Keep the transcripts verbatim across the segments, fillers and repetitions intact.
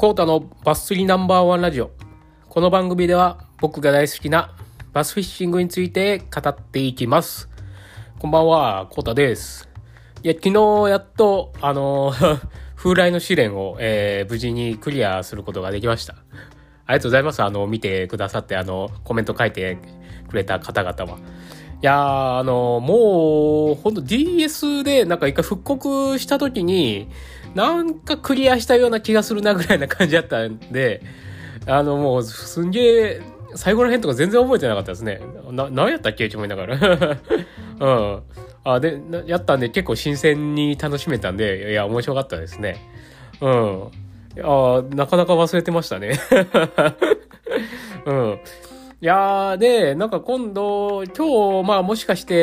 コータのバス釣りナンバーワンラジオ。この番組では僕が大好きなバスフィッシングについて語っていきます。こんばんは、コータです。いや、昨日やっとあの風来の試練を、えー、無事にクリアすることができました。ありがとうございます。あの見てくださってあのコメント書いてくれた方々は。いやー、あのもうほんと ディーエス でなんか一回復刻した時になんかクリアしたような気がするなぐらいな感じだったんで、あのもうすんげえ最後ら辺とか全然覚えてなかったですね。な、何やったっけって思いながら。うん。あ、で、やったんで結構新鮮に楽しめたんで、いや、面白かったですね。うん。あ、なかなか忘れてましたね。うん。いやー、で、なんか今度、今日、まあもしかして、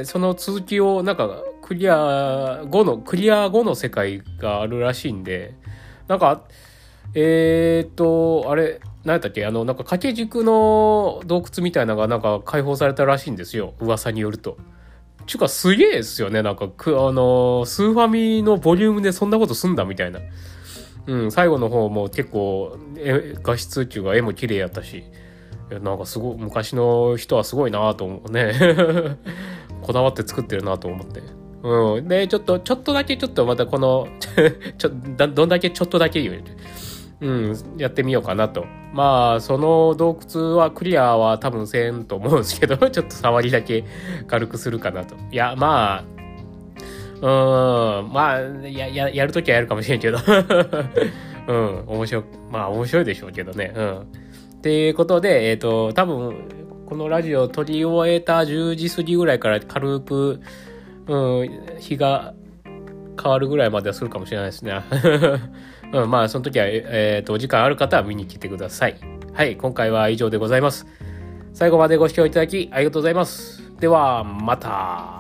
その続きを、なんか、クリア後の、クリア後の世界があるらしいんで、なんか、えーっと、あれ、何やったっけ、あの、なんか掛け軸の洞窟みたいなのがなんか解放されたらしいんですよ。噂によると。ちゅうか、すげえですよね。なんか、く、あの、スーファミのボリュームでそんなことすんだみたいな。うん、最後の方も結構、え画質っていうか絵も綺麗やったし。いやなんかすごい昔の人はすごいなと思うね。こだわって作ってるなと思って。うん。で、ちょっと、ちょっとだけちょっとまたこの、ちょ、だ、どんだけちょっとだけ言う。うん、やってみようかなと。まあ、その洞窟はクリアは多分せんと思うんですけど、ちょっと触りだけ軽くするかなと。いや、まあ、うーん、まあ、や、や、やるときはやるかもしれんけど。うん、面白い、まあ面白いでしょうけどね。うん。っていうことで、えっと、多分、このラジオを撮り終えたじゅうじ過ぎぐらいから軽く、うん、日が変わるぐらいまではするかもしれないですね。うん、まあ、その時は、えっと、お時間ある方は見に来てください。はい、今回は以上でございます。最後までご視聴いただきありがとうございます。では、また。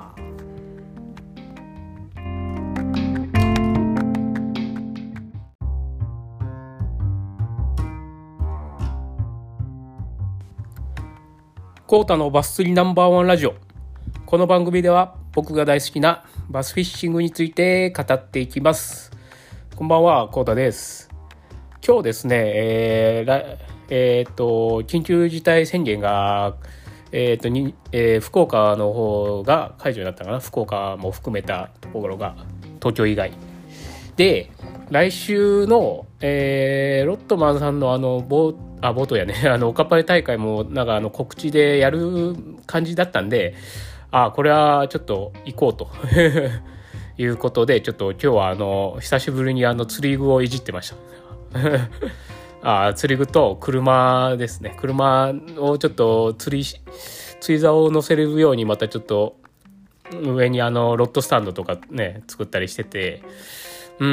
コータのバス釣りナンバーワンラジオ。この番組では僕が大好きなバスフィッシングについて語っていきます。こんばんは、コータです。今日ですね、えーえー、っと緊急事態宣言が、えー、っとにえー、福岡の方が解除になったかな。福岡も含めたところが東京以外で、来週の、えー、ロットマンさんのあのボーあ冒頭やねあのおかっぱり大会もなんかあの告知でやる感じだったんで、あこれはちょっと行こうということで、ちょっと今日はあの久しぶりにあの釣り具をいじってましたあ釣り具と車ですね。車をちょっと釣り釣り竿を乗せるようにまたちょっと上にあのロッドスタンドとかね作ったりしてて、うん、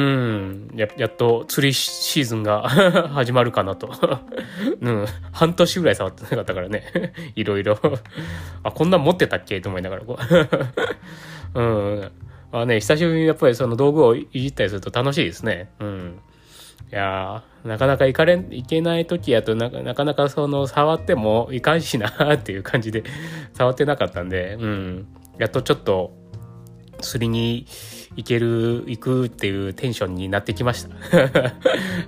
や、やっと釣りシーズンが始まるかなと。うん、半年ぐらい触ってなかったからね。いろいろ。あ、こんなん持ってたっけと思いながらこう。うん。まあね、久しぶりにやっぱりその道具をいじったりすると楽しいですね。うん。いやー、なかなか行かれん、行けない時やとな、なかなかその触ってもいかんしなっていう感じで触ってなかったんで、うん。やっとちょっと釣りに行ける、行くっていうテンションになってきました。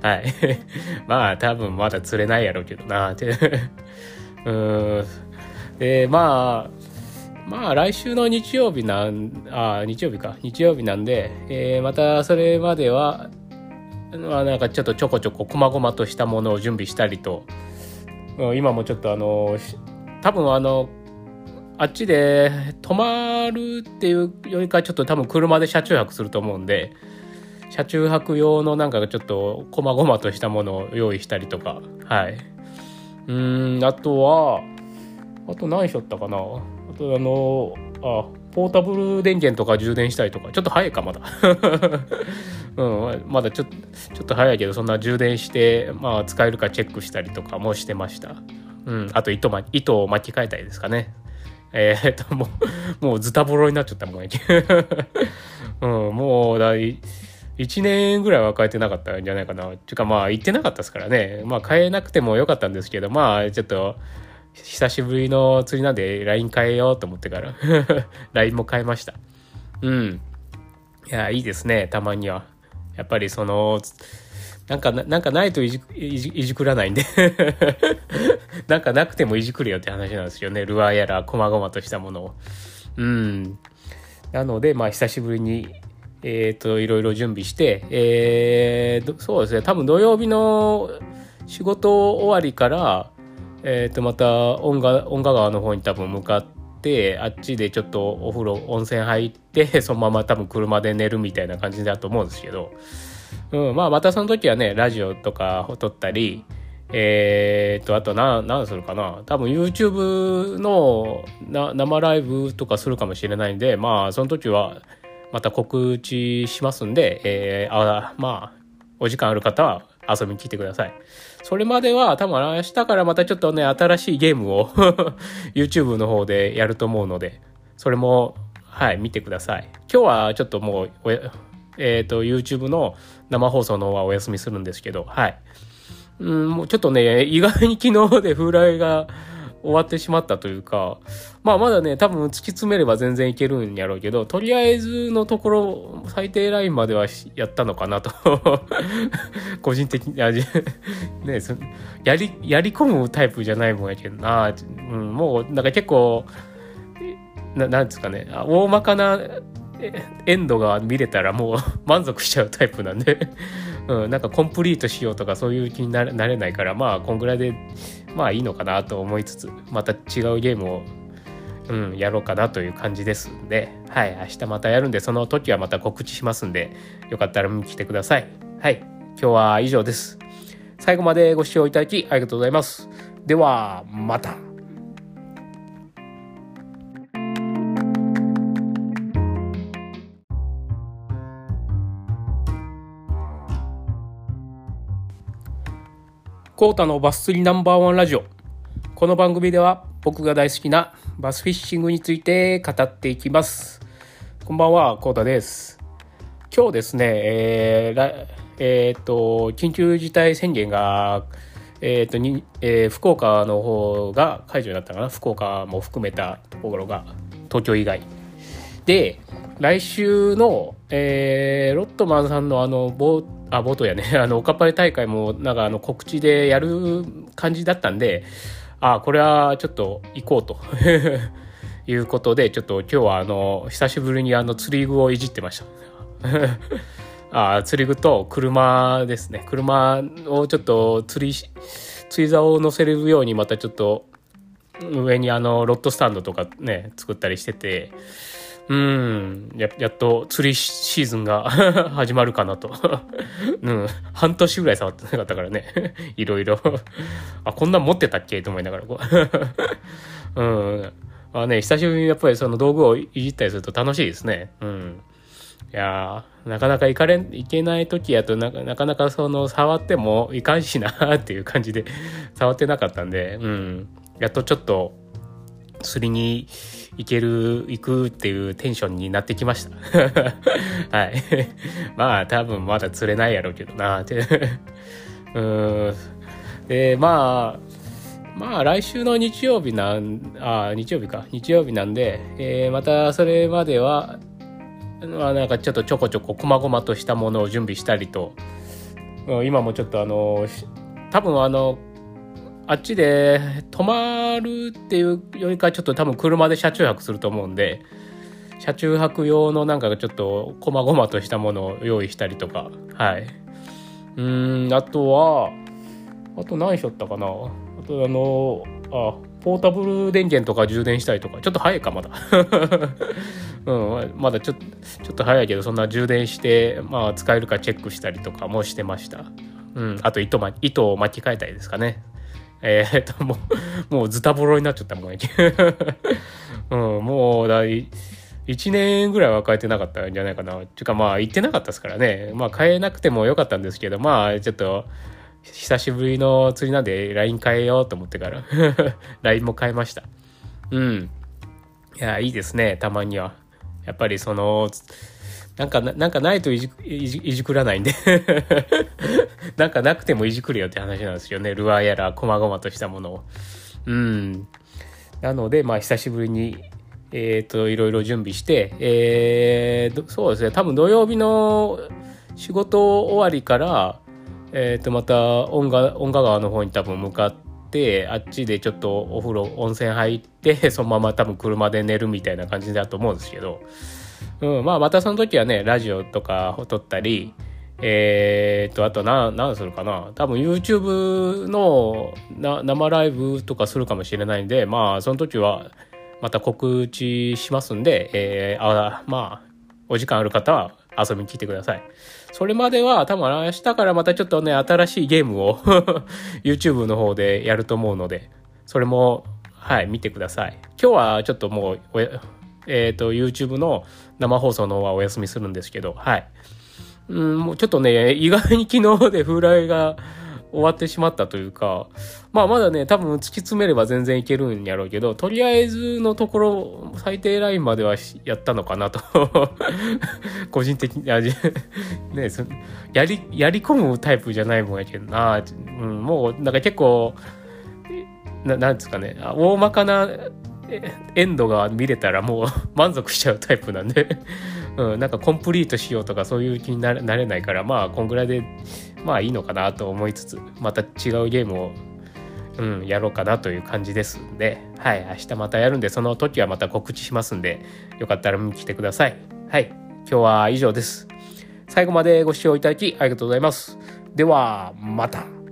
はい。まあ多分まだ釣れないやろうけどなって。うーん。で、まあ、まあ来週の日曜日なん、あ、日曜日か。日曜日なんで、えー、またそれまでは、まあなんかちょっとちょこちょこ細々としたものを準備したりと、今もちょっとあの、多分あの、あっちで泊まるっていうよりかちょっと多分車で車中泊すると思うんで、車中泊用のなんかちょっと細々としたものを用意したりとか、はい。うーん、あとは、あと何しよったかな。あとあの、あ、ポータブル電源とか充電したりとか、ちょっと早いかまだ。うん、まだちょっと、ちょっと早いけど、そんな充電して、まあ使えるかチェックしたりとかもしてました。うん、あと糸、ま、糸を巻き替えたりですかね。えー、っと、もう、もうズタボロになっちゃったもん。うん、もうだい、いちねんぐらいは変えてなかったんじゃないかな。ていうかまあ、行ってなかったですからね。まあ、変えなくてもよかったんですけど、まあ、ちょっと、久しぶりの釣りなんで ライン 変えようと思ってから、ライン も変えました。うん。いや、いいですね、たまには。やっぱりその、 なんかな、なんかないといじ、いじ、いじくらないんでなんかなくてもいじくるよって話なんですよね。ルアーやら、こまごまとしたものを。うん。なので、まあ、久しぶりに、えっと、いろいろ準備して、えー、そうですね。多分土曜日の仕事終わりから、えっと、また、音楽、音楽川の方に多分向かって、あっちでちょっとお風呂、温泉入って、そのまま多分車で寝るみたいな感じだと思うんですけど、うん、まあまたその時はねラジオとかを撮ったりえー、っとあと何何するかな多分 YouTube のな生ライブとかするかもしれないんでまあその時はまた告知しますんで、えー、あまあお時間ある方は遊びに来てください。それまでは多分明日からまたちょっとね新しいゲームをYouTube の方でやると思うのでそれもはい見てください。今日はちょっともうおやえっと YouTube の生放送の方はお休みするんですけど、はい。うん、もうちょっとね、意外に昨日で風来が終わってしまったというか、まあまだね、多分突き詰めれば全然いけるんやろうけど、とりあえずのところ、最低ラインまではやったのかなと。個人的に、あね、やり、やり込むタイプじゃないもんやけどな、うん、もうなんか結構、ななんですかね、大まかな、エンドが見れたらもう満足しちゃうタイプなんでうん、なんかコンプリートしようとかそういう気になれないからまあこんぐらいでまあいいのかなと思いつつまた違うゲームを、うん、やろうかなという感じですんではい明日またやるんでその時はまた告知しますんでよかったら見に来てください。はい今日は以上です。最後までご視聴いただきありがとうございます。ではまた。コータのバス釣りナンバーワンラジオ。この番組では僕が大好きなバスフィッシングについて語っていきます。こんばんは、コータです。今日ですね、えーえー、と緊急事態宣言が、えーとにえー、福岡の方が解除になったかな。福岡も含めたところが東京以外で来週の、えー、ロットマンさんのあのボーあボートやねあのおかっぱり大会もなんかあの告知でやる感じだったんであこれはちょっと行こうということでちょっと今日はあの久しぶりにあの釣り具をいじってましたあ釣り具と車ですね車をちょっと釣り釣り竿を乗せるようにまたちょっと上にあのロッドスタンドとかね作ったりしててうんや、やっと釣りシーズンが始まるかなと、うん、半年ぐらい触ってなかったからねいろいろあこんなん持ってたっけと思いながらこう、うんまあね、久しぶりにやっぱりその道具をいじったりすると楽しいですね。うんいやなかなか行かれ行けない時やとなかなかなかその触ってもいかんしなっていう感じで触ってなかったんで、うん、やっとちょっと釣りに行ける行くっていうテンションになってきましたはいまあ多分まだ釣れないやろうけどなってうんでまあまあ来週の日曜日なんあ日曜日か日曜日なんで、えー、またそれまではまあなんかちょっとちょこちょここまごまとしたものを準備したりと今もちょっとあの多分あのあっちで泊まるっていうよりかちょっと多分車で車中泊すると思うんで車中泊用のなんかちょっとこまごまとしたものを用意したりとかはいうーんあとはあと何しよったかなあとあのあポータブル電源とか充電したりとかちょっと早いかまだうん、まだちょっとちょっと早いけどそんな充電してまあ使えるかチェックしたりとかもしてました。うんあと糸ま糸を巻き替えたりですかね。えー、っともうもうズタボロになっちゃったもん、うん、もうだいいちねんぐらいは変えてなかったんじゃないかな。っていうかまあ行ってなかったですからね。まあ変えなくてもよかったんですけどまあちょっと久しぶりの釣りなんで ライン 変えようと思ってからライン も変えました。うんいやいいですねたまにはやっぱりそのなんかなんかないといじいじいじくらないんでなんかなくてもいじくるよって話なんですよね。ルアーやらこまごまとしたものを。うんなのでまあ久しぶりにえっといろいろ準備してえー、そうですね多分土曜日の仕事終わりからえっと、また、音楽、音楽川の方に多分向かって、あっちでちょっとお風呂、温泉入って、そのまま多分車で寝るみたいな感じだと思うんですけど、うん、まあ、またその時はね、ラジオとかを撮ったり、えー、と、あとな、なんするかな。多分 YouTube のな生ライブとかするかもしれないんで、まあ、その時はまた告知しますんで、えー、あ、まあ、お時間ある方は遊びに来てください。それまでは多分明日からまたちょっとね、新しいゲームをYouTube の方でやると思うので、それも、はい、見てください。今日はちょっともう、えっと、YouTube の生放送の方はお休みするんですけど、はい。うん、もうちょっとね、意外に昨日で風来が終わってしまったというか、まあまだね、多分突き詰めれば全然いけるんやろうけど、とりあえずのところ、最低ラインまではやったのかなと。個人的に、あ、ね、やり、やり込むタイプじゃないもんやけどな、うん、もうなんか結構、ななんですかね、大まかなエンドが見れたらもう満足しちゃうタイプなんでうん、なんかコンプリートしようとかそういう気になれ、なれないから、まあこんぐらいでまあいいのかなと思いつつ、また違うゲームを、うん、やろうかなという感じですんで、はい、明日またやるんで、その時はまた告知しますんで、よかったら見に来てください。はい、今日は以上です。最後までご視聴いただきありがとうございます。ではまた。